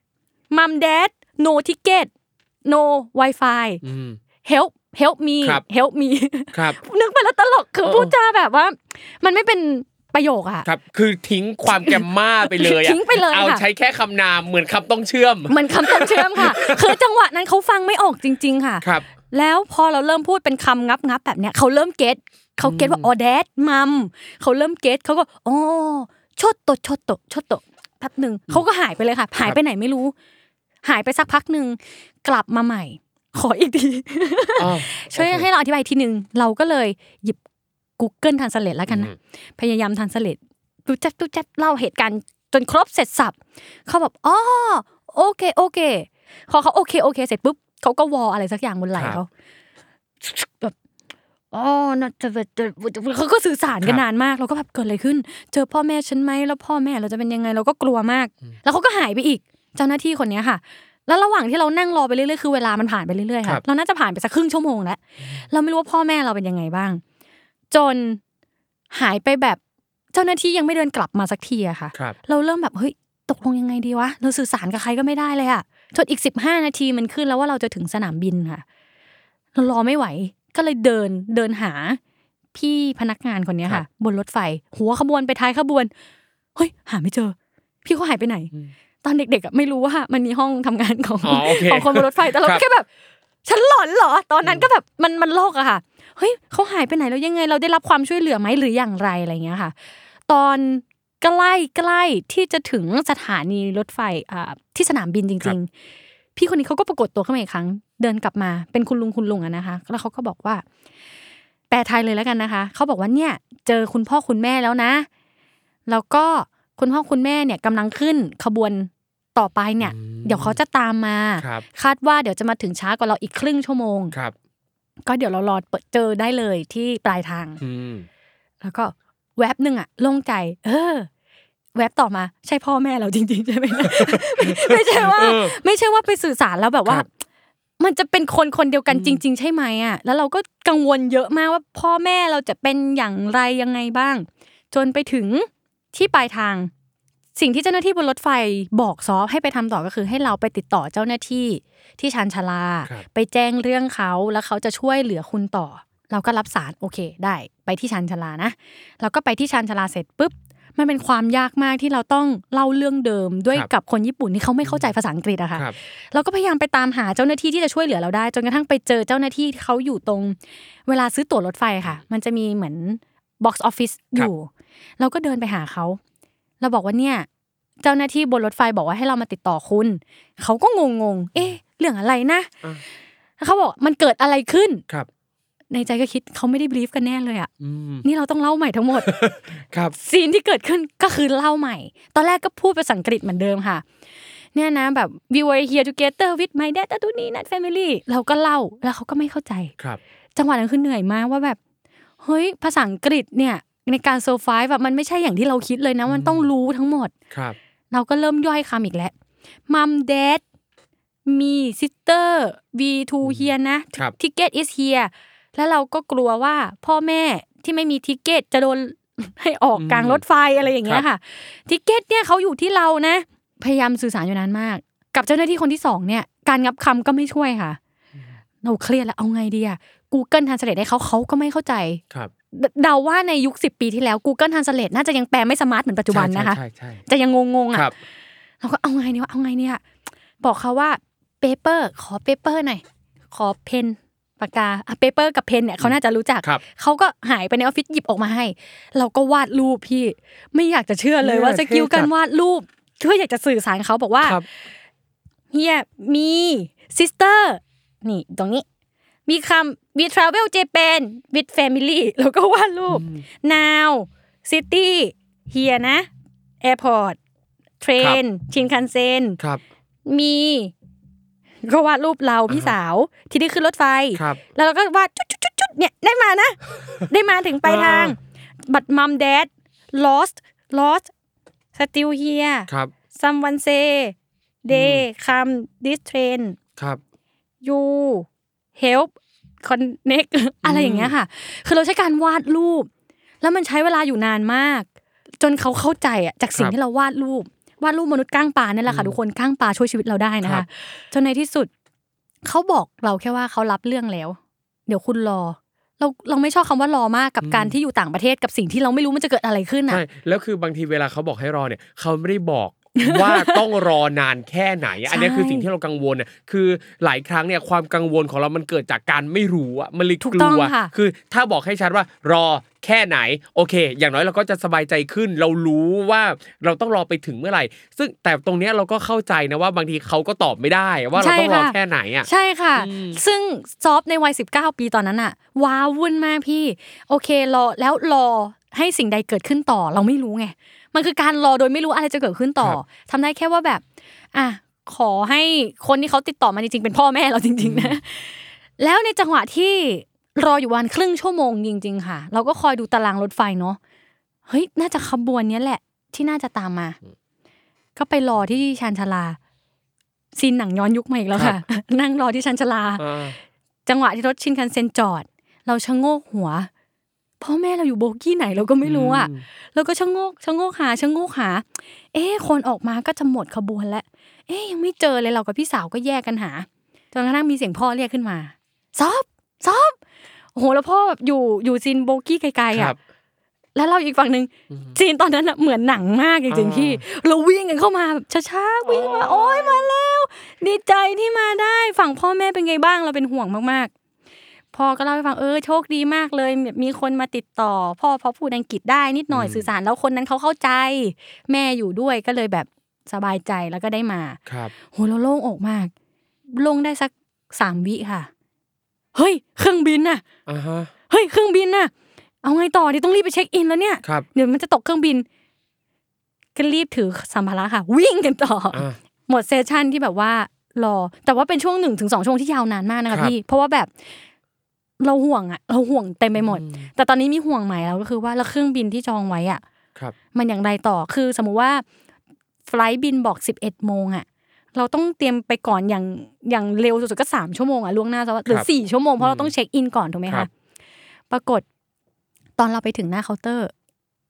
mom dad no ticket no wifi help help me help me นึกไปแล้วตลกคือพูดจาแบบว่ามันไม่เป็นประโยคอะครับคือทิ้งความแกมม่าไปเลยทิ้งไปเลยเอาใช้แค่คำนามเหมือนคำต้องเชื่อมเหมือนคำต้องเชื่อมค่ะคือจังหวะนั้นเขาฟังไม่ออกจริงๆค่ะแล้วพอเราเริ่มพูดเป็นคำงับๆแบบเนี้ยเขาเริ่มเก็ตเขาเก็ตว่าอ๋อแดดมัมเขาเริ่มเก็ตเขาก็อ๋อชดโตชดโตชดโตแป๊บนึงเขาก็หายไปเลยค่ะหายไปไหนไม่รู้หายไปสักพักนึงกลับมาใหม่ขออีกทีช่วยให้เราอธิบายทีนึงเราก็เลยหยิบ Google Translate แล้วกันนะพยายาม Translate ดูจัดดูจัดเล่าเหตุการณ์จนครบเสร็จสับเขาแบบอ๋อโอเคโอเคพอเขาโอเคโอเคเสร็จปุ๊บเขาก็วออะไรสักอย่างบนไหล่เขาแบบอ๋อน่าจะเขาก็สื่อสารกันนานมากเราก็แบบเกิดอะไรขึ้นเจอพ่อแม่ฉันไหมแล้วพ่อแม่เราจะเป็นยังไงเราก็กลัวมากแล้วเขาก็หายไปอีกเจ้าหน้าที่คนนี้ค่ะแล้วระหว่างที่เรานั่งรอไปเรื่อยๆคือเวลามันผ่านไปเรื่อยๆค่ะเราน่าจะผ่านไปสักครึ่งชั่วโมงแล้วเราไม่รู้ว่าพ่อแม่เราเป็นยังไงบ้างจนหายไปแบบเจ้าหน้าที่ยังไม่เดินกลับมาสักทีอะค่ะเราเริ่มแบบเฮ้ยตกลงยังไงดีวะเราสื่อสารกับใครก็ไม่ได้เลยอะจนอีกสิบห้านาทีมันขึ้นแล้วว่าเราจะถึงสนามบินค่ะเรารอไม่ไหวก็เลยเดินเดินหาพี่พนักงานคนนี้ค่ะบนรถไฟหัวขบวนไปท้ายขบวนเฮ้ยหาไม่เจอพี่เขาหายไปไหนตอนเด็กๆอ่ะไม่รู้ว่ามันมีห้องทำงานของของคนบนรถไฟแต่เราแค่แบบฉันหลอนเหรอตอนนั้นก็แบบมันมันโลกอะค่ะเฮ้ยเขาหายไปไหนแล้วยังไงเราได้รับความช่วยเหลือไหมหรืออย่างไรอะไรเงี้ยค่ะตอนใกล้ใกล้ที่จะถึงสถานีรถไฟอ่าที่สนามบินจริงๆพี่คนนี้เขาก็ปรากฏตัวขึ้นมาอีกครั้งเดินกลับมาเป็นคุณลุงคุณลุงอะนะคะแล้วเขาก็บอกว่าแปลไทยเลยแล้วกันนะคะเขาบอกว่าเนี่ยเจอคุณพ่อคุณแม่แล้วนะแล้วก็คุณพ่อคุณแม่เนี่ยกำลังขึ้นขบวนต่อไปเนี่ยเดี๋ยวเขาจะตามมาคาดว่าเดี๋ยวจะมาถึงช้ากว่าเราอีกครึ่งชั่วโมงก็เดี๋ยวเรารอเปิดเจอได้เลยที่ปลายทางแล้วก็แวบนึงอ่ะโล่งใจเออแวบต่อมาใช่พ่อแม่เราจริงๆใช่ไหม ไม่ใช่ว่าไม่ใช่ว่าไปสื่อสารแล้วแบบว่ามันจะเป็นคนคนเดียวกันจริงๆใช่ไหมอ่ะแล้วเราก็กังวลเยอะมากว่าพ่อแม่เราจะเป็นอย่างไรยังไงบ้างจนไปถึงที่ปลายทางสิ่งที่เจ้าหน้าที่บนรถไฟบอกซอฟให้ไปทำต่อก็คือให้เราไปติดต่อเจ้าหน้าที่ที่ชานชาลาไปแจ้งเรื่องเขาแล้วเขาจะช่วยเหลือคุณต่อเราก็รับสารโอเคได้ไปที่ชานชาลานะเราก็ไปที่ชานชาลาเสร็จปุ๊บมันเป็นความยากมากที่เราต้องเล่าเรื่องเดิมด้วยกับคนญี่ปุ่นที่เขาไม่เข้าใจภาษาอังกฤษอะค่ะเราก็พยายามไปตามหาเจ้าหน้าที่ที่จะช่วยเหลือเราได้จนกระทั่งไปเจอเจ้าหน้าที่ที่เขาอยู่ตรงเวลาซื้อตั๋วรถไฟค่ะมันจะมีเหมือน box office อยู่เราก็เดินไปหาเขาเราบอกว่าเนี่ยเจ้าหน้าที่บนรถไฟบอกว่าให้เรามาติดต่อคุณเขาก็งงๆเอ๊ะเรื่องอะไรนะเขาบอกมันเกิดอะไรขึ้นครับในใจก็คิดเขาไม่ได้บรีฟกันแน่เลยอ่ะนี่เราต้องเล่าใหม่ทั้งหมดครับซีนที่เกิดขึ้นก็คือเล่าใหม่ตอนแรกก็พูดภาษาอังกฤษเหมือนเดิมค่ะเนี่ยนะแบบ we were here together with my dad and Tuni and family เราก็เล่าแล้วเขาก็ไม่เข้าใจครับจังหวะนั้นคือเหนื่อยมากว่าแบบเฮ้ยภาษาอังกฤษเนี่ยในการเซอร์ไพรส์แบบมันไม่ใช่อย่างที่เราคิดเลยนะมันต้องรู้ทั้งหมดครับเราก็เริ่มย่อยคำอีกแล้วมัมแดดมีซิสเตอร์ วี ทู here นะ ticket is here แล้วเราก็กลัวว่าพ่อแม่ที่ไม่มีทิเก็ตจะโดนให้ออกกลางรถไฟอะไรอย่างเงี้ยค่ะทิเก็ตเนี่ยเขาอยู่ที่เรานะพยายามสื่อสารอยู่นานมากกับเจ้าหน้าที่คนที่สองเนี่ยการงับคำก็ไม่ช่วยค่ะเราเครียดแล้วเอาไงดีอ่ะ Google Translate ให้เขาเขาก็ไม่เข้าใจครับเดาว่าในยุคสิบปีที่แล้ว Google Translate น่าจะยังแปลไม่สมาร์ทเหมือนปัจจุบันนะคะจะยังงงๆอ่ะเราก็เอาไงเนี่ยว่าเอาไงเนี่ยบอกเขาว่าเปเปอร์ขอเปเปอร์หน่อยขอเพนปากกาอ่ะเปเปอร์กับเพนเนี่ยเขาน่าจะรู้จักเขาก็หายไปในออฟฟิศหยิบออกมาให้เราก็วาดรูปพี่ไม่อยากจะเชื่อเลยว่าสกิลการวาดรูปเพื่ออยากจะสื่อสารเขาบอกว่าเฮียมีซิสเตอร์นี่ตรงนี้มีคำ we travel Japan with family แล้วก็วาดรูป now city here นะ airport train ชินคันเซ็นมีก็วาดรูปเราพี่สาวที่ได้ขึ้นรถไฟแล้วเราก็วาดจุดๆๆเนี่ยได้มานะได้มาถึงปลายทาง but mom dad lost lost still here someone say they come this train you help connect อะไรอย่างเงี้ยค่ะคือเราใช้การวาดรูปแล้วมันใช้เวลาอยู่นานมากจนเขาเข้าใจอ่ะจากสิ่งที่เราวาดรูปวาดรูปมนุษย์ก้างปลาเนี่ยแหละค่ะทุกคนก้างปลาช่วยชีวิตเราได้นะคะจนในที่สุดเขาบอกเราแค่ว่าเขารับเรื่องแล้วเดี๋ยวคุณรอเราเราไม่ชอบคำว่ารอมากกับการที่อยู่ต่างประเทศกับสิ่งที่เราไม่รู้มันจะเกิดอะไรขึ้นอ่ะใช่แล้วคือบางทีเวลาเขาบอกให้รอเนี่ยเขาไม่ได้บอกว่าต้องรอนานแค่ไหนอันนี้คือสิ่งที่เรากังวลน่ะคือหลายครั้งเนี่ยความกังวลของเรามันเกิดจากการไม่รู้อ่ะมันเลยกลัวคือถ้าบอกให้ชัดว่ารอแค่ไหนโอเคอย่างน้อยเราก็จะสบายใจขึ้นเรารู้ว่าเราต้องรอไปถึงเมื่อไหร่ซึ่งแต่ตรงเนี้ยเราก็เข้าใจนะว่าบางทีเขาก็ตอบไม่ได้ว่าเราต้องรอแค่ไหนอ่ะใช่ค่ะซึ่งซอฟในวัยสิบเก้าปีตอนนั้นอ่ะว้าวุ่นมากพี่โอเครอแล้วรอให้สิ่งใดเกิดขึ้นต่อเราไม่รู้ไงมันคือการรอโดยไม่รู้อะไรจะเกิดขึ้นต่อทำได้แค่ว่าแบบอ่ะขอให้คนที่เขาติดต่อมาจริงๆเป็นพ่อแม่เราจริงๆนะแล้วในจังหวะที่รออยู่วันครึ่งชั่วโมงจริงๆค่ะเราก็คอยดูตารางรถไฟเนาะเฮ้ยน่าจะขบวนนี้แหละที่น่าจะตามมาก็ไปรอที่ชานชาลาซีนหนังย้อนยุคมาอีกแล้วค่ะนั่งรอที่ชานชาลาจังหวะที่รถชินคันเซ็นจอดเราชะโงกหัวพ่อแม่เราอยู่โบกี้ไหนเราก็ไม่รู้อ่ะเราก็ชะโงกชะโงกหาชะโงกหาเอ๊ะคนออกมาก็จะหมดขบวนแล้วเอ๊ะยังไม่เจอเลยเรากับพี่สาวก็แยกกันหาจนกระทั่งมีเสียงพ่อเรียกขึ้นมาซอบซอบโอ้โหแล้วพ่อแบบอยู่อยู่ซีนโบกี้ไกลๆอ่ะแล้วเราอีกฝั่งนึงซีนตอนนั้นน่ะเหมือนหนังมากจริงๆที่เราวิ่งกันเข้ามาแบบช้าๆวิ่งมาโอ๊ยมาแล้วดีใจที่มาได้ฝั่งพ่อแม่เป็นไงบ้างเราเป็นห่วงมากๆพ่อก็เล่าให้ฟังเออโชคดีมากเลยมีคนมาติดต่อพ่อพอพูดอังกฤษได้นิดหน่อยสื่อสารแล้วคนนั้นเขาเข้าใจแม่อยู่ด้วยก็เลยแบบสบายใจแล้วก็ได้มาครับโหเราโล่งอกมากลงได้สักสามวิค่ะเฮ้ยเครื่องบินน่ะอ่าฮะเฮ้ยเครื่องบินน่ะเอาไงต่อดิต้องรีบไปเช็คอินแล้วเนี่ยเดี๋ยวมันจะตกเครื่องบินก็รีบถือสัมภาระค่ะวิ่งกันต่อหมดเซสชั่นที่แบบว่ารอแต่ว่าเป็นช่วงหนึ่งถึงสองชั่วโมงที่ยาวนานมากนะคะพี่เพราะว่าแบบเราห่วงอ่ะเราห่วงเต็มไปหมดแต่ตอนนี้มีห่วงใหม่แล้วก็คือว่าแล้วเครื่องบินที่จองไว้อ่ะมันอย่างไรต่อคือสมมุติว่าไฟลท์บินบอกสิบเอ็ดโมงอ่ะเราต้องเตรียมไปก่อนอย่างอย่างเร็วสุดๆก็สามชั่วโมงอ่ะล่วงหน้าซะหรือสี่ชั่วโมงเพราะเราต้องเช็คอินก่อนถูกมั้ยคะปรากฏตอนเราไปถึงหน้าเคาน์เตอร์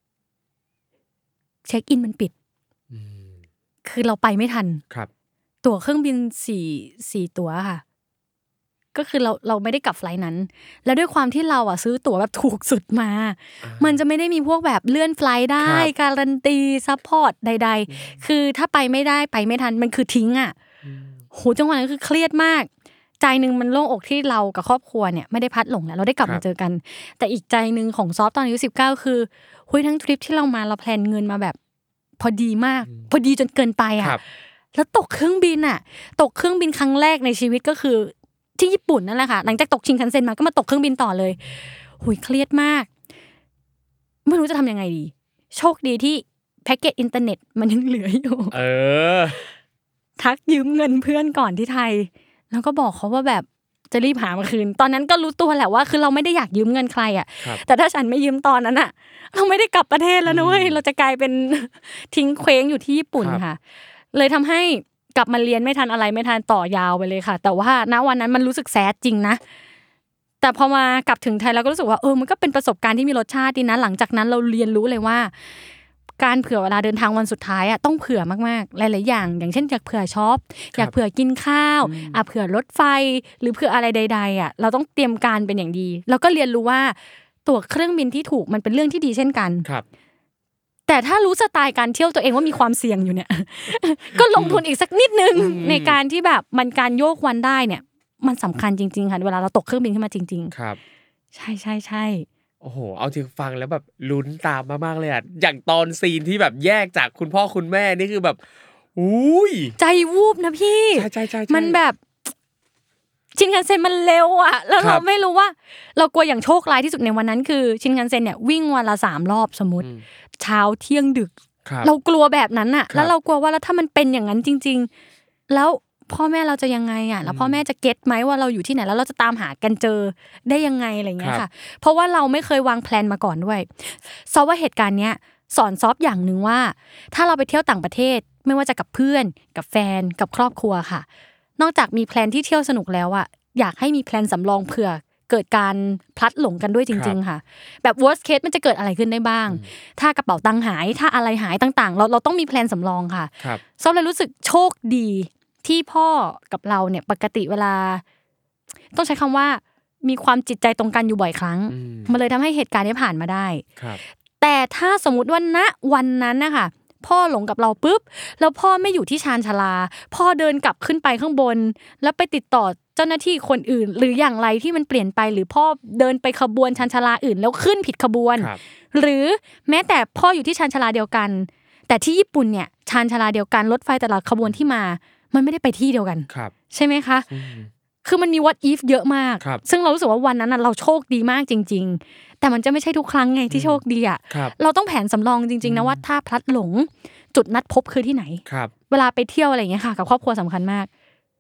เช็คอินมันปิดคือเราไปไม่ทันตั๋วเครื่องบินสี่ สี่ตั๋วค่ะก็คือเราเราไม่ได้กลับไฟล์นั้นแล้วด้วยความที่เราอ่ะซื้อตั๋วแบบถูกสุดมามันจะไม่ได้มีพวกแบบเลื่อนไฟล์ได้การันตีซัพพอร์ตใดๆคือถ้าไปไม่ได้ไปไม่ทันมันคือทิ้งอ่ะโหจังหวะนั้นคือเครียดมากใจนึงมันโล่งอกที่เรากับครอบครัวเนี่ยไม่ได้พัดหลงแล้วเราได้กลับมาเจอกันแต่อีกใจนึงของซอฟตอนอายุสิบเก้าคือหุ้ยทั้งทริปที่เรามาเราแพลนเงินมาแบบพอดีมากพอดีจนเกินไปอ่ะแล้วตกเครื่องบินอ่ะตกเครื่องบินครั้งแรกในชีวิตก็คือที่ญี่ปุ่นนั่นแหละค่ะหลังจากตกชินคันเซ็นมาก็มาตกเครื่องบินต่อเลยหุยเครียดมากไม่รู้จะทำยังไงดีโชคดีที่แพ็คเกจอินเทอร์เน็ตมันยังเหลืออยู่เออทักยืมเงินเพื่อนก่อนที่ไทยแล้วก็บอกเขาว่าแบบจะรีบหามาคืนตอนนั้นก็รู้ตัวแหละว่าคือเราไม่ได้อยากยืมเงินใครอ่ะแต่ถ้าฉันไม่ยืมตอนนั้นอ่ะเราไม่ได้กลับประเทศแล้วนะเว้ยเราจะกลายเป็นทิ้งเคว้งอยู่ที่ญี่ปุ่นค่ะเลยทำให้กลับมาเรียนไม่ทันอะไรไม่ทันต่อยาวไปเลยค่ะแต่ว่าณวันนั้นมันรู้สึกแซดจริงนะแต่พอมากลับถึงไทยเราก็รู้สึกว่าเออมันก็เป็นประสบการณ์ที่มีรสชาติดีนะหลังจากนั้นเราเรียนรู้เลยว่าการเผื่อเวลาเดินทางวันสุดท้ายอ่ะต้องเผื่อมากๆหลายๆอย่างอย่างเช่นอยากเผื่อช็อปอยากเผื่อกินข้าวอ่ะเผื่อรถไฟหรือเผื่ออะไรใดๆอ่ะเราต้องเตรียมการเป็นอย่างดีแล้วก็เรียนรู้ว่าตั๋วเครื่องบินที่ถูกมันเป็นเรื่องที่ดีเช่นกันแต่ถ้ารู้สไตล์การเที่ยวตัวเองว่ามีความเสี่ยงอยู่เนี่ยก็ลงทุนอีกสักนิดนึงในการที่แบบมันการโยกวันได้เนี่ยมันสำคัญจริงๆค่ะเวลาเราตกเครื่องบินขึ้นมาจริงๆครับใช่ใช่ใช่โอ้โหเอาจริงฟังแล้วแบบลุ้นตามมากๆเลยอ่ะอย่างตอนซีนที่แบบแยกจากคุณพ่อคุณแม่นี่คือแบบอุ้ยใจวูบนะพี่ใช่ใช่ใช่มันแบบชินคันเซ็นมันเร็วอ่ะแล้วเราไม่รู้ว่าเรากลัวอย่างโชคร้ายที่สุดในวันนั้นคือชินคันเซ็นเนี่ยวิ่งวันละสามรอบสมมุติเช้าเที่ยงดึกเรากลัวแบบนั้นน่ะแล้วเรากลัวว่าแล้วถ้ามันเป็นอย่างนั้นจริงๆแล้วพ่อแม่เราจะยังไงอ่ะแล้วพ่อแม่จะเก็ทมั้ยว่าเราอยู่ที่ไหนแล้วเราจะตามหากันเจอได้ยังไงอะไรเงี้ยค่ะเพราะว่าเราไม่เคยวางแพลนมาก่อนด้วยซอฟว่าเหตุการณ์เนี้ยสอนซอฟอย่างนึงว่าถ้าเราไปเที่ยวต่างประเทศไม่ว่าจะกับเพื่อนกับแฟนกับครอบครัวค่ะนอกจากมีแพลนที่เที่ยวสนุกแล้วอ่ะอยากให้มีแพลนสำรองเผื่อเกิดการพลัดหลงกันด้วยจริงๆค่ะแบบ worst case มันจะเกิดอะไรขึ้นได้บ้างถ้ากระเป๋าตังค์หายถ้าอะไรหายต่างๆเราเราต้องมีแพลนสำรองค่ะซอฟเลยรู้สึกโชคดีที่พ่อกับเราเนี่ยปกติเวลาต้องใช้คำว่ามีความจิตใจตรงกันอยู่บ่อยครั้งมันเลยทำให้เหตุการณ์นี้ผ่านมาได้แต่ถ้าสมมุติว่าณวันนั้นนะคะพ่อหลงกับเราปุ๊บแล้วพ่อไม่อยู่ที่ชานชาลาพ่อเดินกลับขึ้นไปข้างบนแล้วไปติดต่อเจ้าหน้าที่คนอื่นหรืออย่างไรที่มันเปลี่ยนไปหรือพ่อเดินไปขบวนชานชาลาอื่นแล้วขึ้นผิดขบวนหรือแม้แต่พ่ออยู่ที่ชานชาลาเดียวกันแต่ที่ญี่ปุ่นเนี่ยชานชาลาเดียวกันรถไฟแต่ละขบวนที่มามันไม่ได้ไปที่เดียวกันใช่ไหมคะคือมันมี what if เยอะมากซึ่งเรารู้สึกว่าวันนั้นเราโชคดีมากจริงๆแต่มันจะไม่ใช่ทุกครั้งไงที่โชคดีอ่ะเราต้องแผนสำรองจริงๆนะว่าถ้าพลัดหลงจุดนัดพบคือที่ไหนเวลาไปเที่ยวอะไรอย่างเงี้ยค่ะกับครอบครัวสำคัญมาก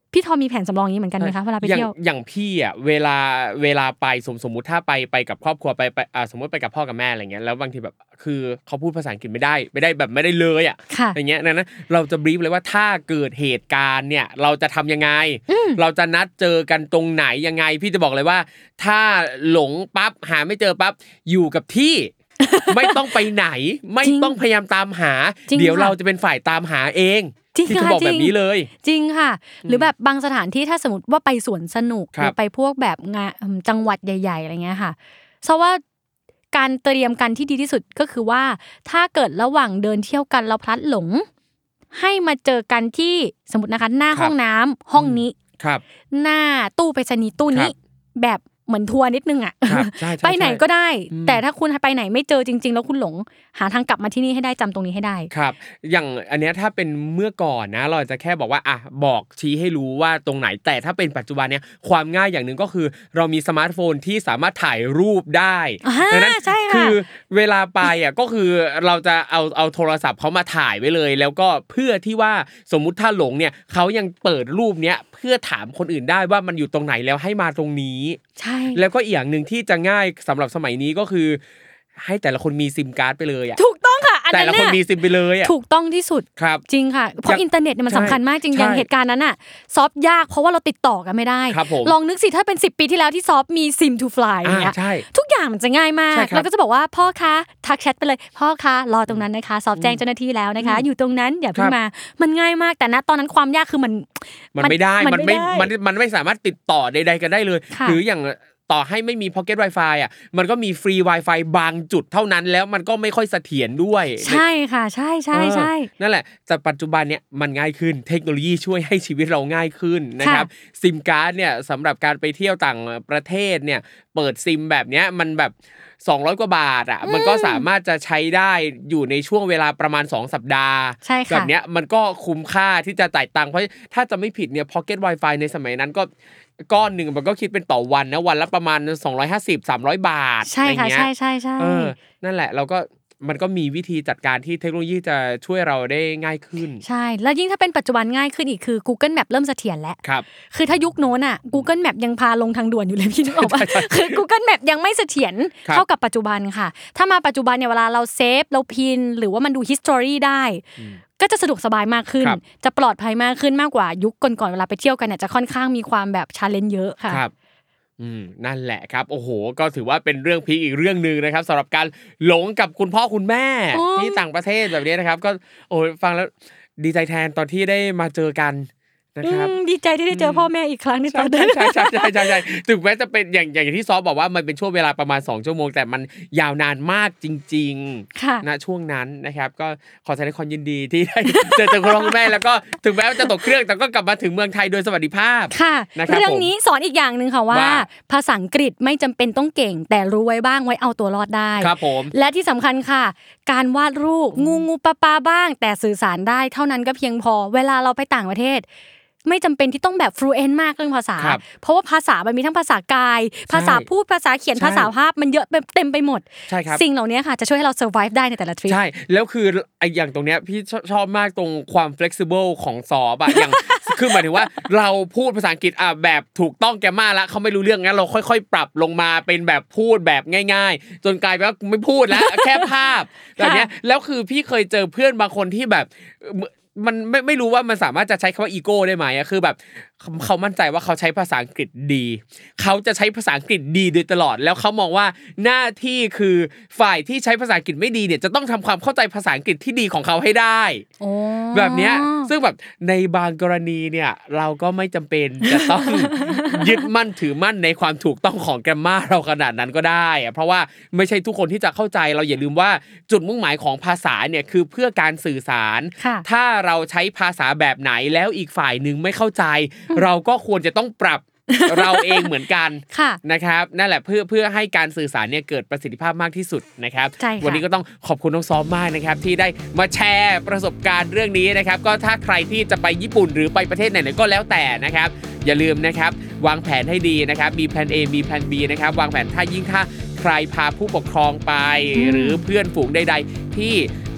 พี่ทอมมีแผนสำรองนี้เหมือนกันมั้ยคะเวลาไปเที่ยวอย่างพี่อ่ะเวลาเวลาไปสมสมมุติถ้าไปไปกับครอบครัวไปไปอ่าสมมุติไปกับพ่อกับแม่อะไรเงี้ยแล้วบางทีแบบคือเขาพูดภาษาอังกฤษไม่ได้ไม่ได้แบบไม่ได้เลยอ่ะอย่างเงี้ยนั้นเราจะบรีฟเลยว่าถ้าเกิดเหตุการณ์เนี่ยเราจะทำยังไงเราจะนัดเจอกันตรงไหนยังไงพี่จะบอกเลยว่าถ้าหลงปั๊บหาไม่เจอปั๊บอยู่กับที่ ไม่ต้องไปไหนไม่ต้องพยายามตามหาเดี๋ยวเราจะเป็นฝ่ายตามหาเองที่จะบอกแบบนี้เลยจริงค่ะหรือแบบบางสถานที่ถ้าสมมติว่าไปสวนสนุกหรือไปพวกแบบงานจังหวัดใหญ่ๆอะไรเงี้ยค่ะเพราะว่าการเตรียมกันที่ดีที่สุดก็คือว่าถ้าเกิดระหว่างเดินเที่ยวกันแล้วพลัดหลงให้มาเจอกันที่สมมตินะคะหน้าห้องน้ำห้องนี้หน้าตู้ไปรษณีย์ตู้นี้แบบเหมือนทัวร์นิดนึงอ่ะไปไหนก็ได้แต่ถ้าคุณไปไหนไม่เจอจริงๆแล้วคุณหลงหาทางกลับมาที่นี่ให้ได้จำตรงนี้ให้ได้ครับอย่างอันเนี้ยถ้าเป็นเมื่อก่อนนะเราจะแค่บอกว่าอ่ะบอกชี้ให้รู้ว่าตรงไหนแต่ถ้าเป็นปัจจุบันเนี้ยความง่ายอย่างนึงก็คือเรามีสมาร์ทโฟนที่สามารถถ่ายรูปได้ดังนั้นคือเวลาไปอ่ะก็คือเราจะเอาเอาโทรศัพท์เขามาถ่ายไว้เลยแล้วก็เพื่อที่ว่าสมมุติถ้าหลงเนี่ยเขายังเปิดรูปเนี้ยเพื่อถามคนอื่นได้ว่ามันอยู่ตรงไหนแล้วให้มาตรงนี้ใช่แล้วก็อีกอย่างนึงที่จะง่ายสำหรับสมัยนี้ก็คือให้แต่ละคนมีซิมการ์ดไปเลยอ่ะถูกต้องค่ะอันนั้นแต่ละคนมีซิมไปเลยอ่ะถูกต้องที่สุดจริงค่ะเพราะอินเทอร์เน็ตเนี่ยมันสำคัญมากจริงอย่างเหตุการณ์นั้นน่ะซอฟยากเพราะว่าเราติดต่อกันไม่ได้ลองนึกสิถ้าเป็นสิบปีที่แล้วที่ซอฟมีซิมทูฟลายอย่างเงี้ยทุกอย่างมันจะง่ายมากแล้วก็จะบอกว่าพ่อคะทักแชทไปเลยพ่อคะรอตรงนั้นนะคะซอฟแจ้งเจ้าหน้าที่แล้วนะคะอยู่ตรงนั้นอย่าเพิ่งมามันง่ายมากแต่ณตอนนั้นความยากคือมันมันไม่ได้มันไม่มันมันไม่สามารถติดต่อใดๆกันได้เลยหรืออย่างต่อให้ไม่มี Pocket Wi-Fi อ่ะมันก็มีฟรี Wi-Fi บางจุดเท่านั้นแล้วมันก็ไม่ค่อยเสถียรด้วยใช่ค่ะใช่ๆๆนั่นแหละแต่ปัจจุบันเนี่ยมันง่ายขึ้นเทคโนโลยีช่วยให้ชีวิตเราง่ายขึ้นนะครับซิมการ์ดเนี่ยสำหรับการไปเที่ยวต่างประเทศเนี่ยเปิดซิมแบบเนี้ยมันแบบสองร้อยกว่าบาทอ่ะมันก็สามารถจะใช้ได้อยู่ในช่วงเวลาประมาณสองสัปดาห์แบบเนี้ยมันก็คุ้มค่าที่จะจ่ายตังค์เพราะถ้าจะไม่ผิดเนี่ย Pocket Wi-Fi ในสมัยนั้นก็ก้อนนึงมันก็คิดเป็นต่อวันนะวันละประมาณสองร้อยห้าสิบ สามร้อยบาทอะไรเงี้ยใช่ๆๆเออนั่นแหละเราก็มันก็มีวิธีจัดการที่เทคโนโลยีจะช่วยเราได้ง่ายขึ้นใช่แล้วยิ่งถ้าเป็นปัจจุบันง่ายขึ้นอีกคือ Google Map เริ่มเสถียรแล้วครับคือถ้ายุคโน้นอ่ะ Google Map ยังพาลงทางด่วนอยู่เลยพี่นึกออกป่ะคือ Google Map ยังไม่เสถียรเท่ากับปัจจุบันค่ะถ้ามาปัจจุบันเนี่ยเวลาเราเซฟเราพินหรือว่ามันดู history ได้ก็จะสะดวกสบายมากขึ้นจะปลอดภัยมากขึ้นมากกว่ายุคก่อนๆเวลาไปเที่ยวกันเนี่ยจะค่อนข้างมีความแบบ challenge เยอะค่ะครับอืมนั่นแหละครับโอ้โหก็ถือว่าเป็นเรื่องพีคอีกเรื่องนึงนะครับสำหรับการหลงกับคุณพ่อคุณแม่ที่ต่างประเทศแบบนี้นะครับก็โอ้ฟังแล้วดีใจแทนตอนที่ได้มาเจอกันนะครับดีใจที่ได้เจอพ่อแม่อีกครั้งในตอนนั้นใช่ๆๆๆถึงแม้จะเป็นอย่างอย่างที่ซอฟบอกว่ามันเป็นช่วงเวลาประมาณสองชั่วโมงแต่มันยาวนานมากจริงๆณช่วงนั้นนะครับก็ขอแสดงความยินดีที่ได้เจอเจอคุณพ่อคุณแม่แล้วก็ถึงแม้ว่าจะตกเครื่องแต่ก็กลับมาถึงเมืองไทยโดยสวัสดิภาพค่ะเรื่องนี้สอนอีกอย่างนึงค่ะว่าภาษาอังกฤษไม่จำเป็นต้องเก่งแต่รู้ไว้บ้างไว้เอาตัวรอดได้ครับผมและที่สำคัญค่ะการวาดรูปงูงูปลาปลาบ้างแต่สื่อสารได้เท่านั้นก็เพียงพอเวลาเราไปต่างประเทศไม่จำเป็นที่ต้องแบบ fluent มากเรื่องภาษาเพราะว่าภาษามันมีทั้งภาษากายภาษาพูดภาษาเขียนภาษาภาพมันเยอะเต็มไปหมดสิ่งเหล่านี้ค่ะจะช่วยให้เรา survive ได้ในแต่ละทริปใช่แล้วคือไอ้อย่างตรงเนี้ยพี่ชอบมากตรงความ flexible ของซอฟอ่ะอย่างคือหมายถึงว่าเราพูดภาษาอังกฤษอ่ะแบบถูกต้องแกมมาแล้วเขาไม่รู้เรื่องงั้นเราค่อยๆปรับลงมาเป็นแบบพูดแบบง่ายๆจนกลายเป็นว่าไม่พูดแล้วแค่ภาพแบบเนี้ยแล้วคือพี่เคยเจอเพื่อนบางคนที่แบบมันไม่ไม่รู้ว่ามันสามารถจะใช้คำว่าอีโก้ได้ไหมอ่ะคือแบบเขามั่นใจว่าเขาใช้ภาษาอังกฤษดีเขาจะใช้ภาษาอังกฤษดีโดยตลอดแล้วเขามองว่าหน้าที่คือฝ่ายที่ใช้ภาษาอังกฤษไม่ดีเนี่ยจะต้องทำความเข้าใจภาษาอังกฤษที่ดีของเขาให้ได้แบบเนี้ยซึ่งแบบในบางกรณีเนี่ยเราก็ไม่จำเป็นจะต้องยึดมั่นถือมั่นในความถูกต้องของแกรมมาเราขนาดนั้นก็ได้อะเพราะว่าไม่ใช่ทุกคนที่จะเข้าใจเราอย่าลืมว่าจุดมุ่งหมายของภาษาเนี่ยคือเพื่อการสื่อสารถ้าเราใช้ภาษาแบบไหนแล้วอีกฝ่ายนึงไม่เข้าใจเราก็ควรจะต้องปรับเราเองเหมือนกันนะครับนั่นแหละเพื่อเพื่อให้การสื่อสารเนี่ยเกิดประสิทธิภาพมากที่สุดนะครับวันนี้ก็ต้องขอบคุณน้องซ้อมมากนะครับที่ได้มาแชร์ประสบการณ์เรื่องนี้นะครับก็ถ้าใครที่จะไปญี่ปุ่นหรือไปประเทศไหนๆก็แล้วแต่นะครับอย่าลืมนะครับวางแผนให้ดีนะครับมีแผน A มีแผน B นะครับวางแผนถ้ายิ่งถ้าใครพาผู้ปกครองไปหรือเพื่อนฝูงใดๆที่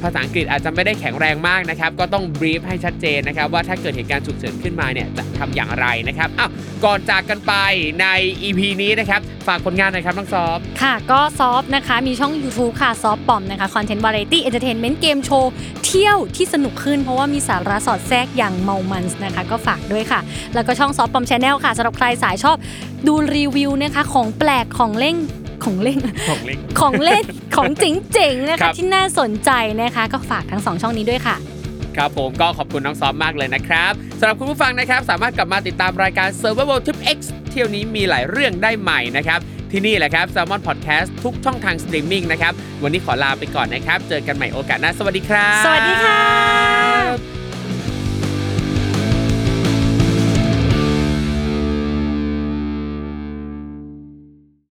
ภาษาอังกฤษอาจจะไม่ได้แข็งแรงมากนะครับก็ต้องบรีฟให้ชัดเจนนะครับว่าถ้าเกิดเหตุการณ์ฉุกเฉินขึ้นมาเนี่ยจะทำอย่างไรนะครับอ้าวก่อนจากกันไปใน อี พี นี้นะครับฝากผลงานหน่อยครับน้องซอฟค่ะก็ซอฟนะคะมีช่อง YouTube ค่ะซอฟปอมนะคะคอนเทนต์วาไรตี้เอนเตอร์เทนเมนต์เกมโชว์เที่ยวที่สนุกขึ้นเพราะว่ามีสาระสอดแทรกอย่างเมามันส์นะคะก็ฝากด้วยค่ะแล้วก็ช่องซอฟปอม Channel ค่ะสำหรับใครสายชอบดูรีวิวนะคะของแปลกของเล่นของเล่นของเล่นของเล่นของเจ๋งๆนะคะที่น่าสนใจนะคะก็ฝากทั้งสองช่องนี้ด้วยค่ะครับผมก็ขอบคุณน้องซอฟมากเลยนะครับสำหรับคุณผู้ฟังนะครับสามารถกลับมาติดตามรายการ Survival Trip X เที่ยวนี้มีหลายเรื่องได้ใหม่นะครับที่นี่แหละครับ Salmon Podcast ทุกช่องทางสตรีมมิ่งนะครับวันนี้ขอลาไปก่อนนะครับเจอกันใหม่โอกาสหน้าสวัสดีครับสวัสดีค่ะ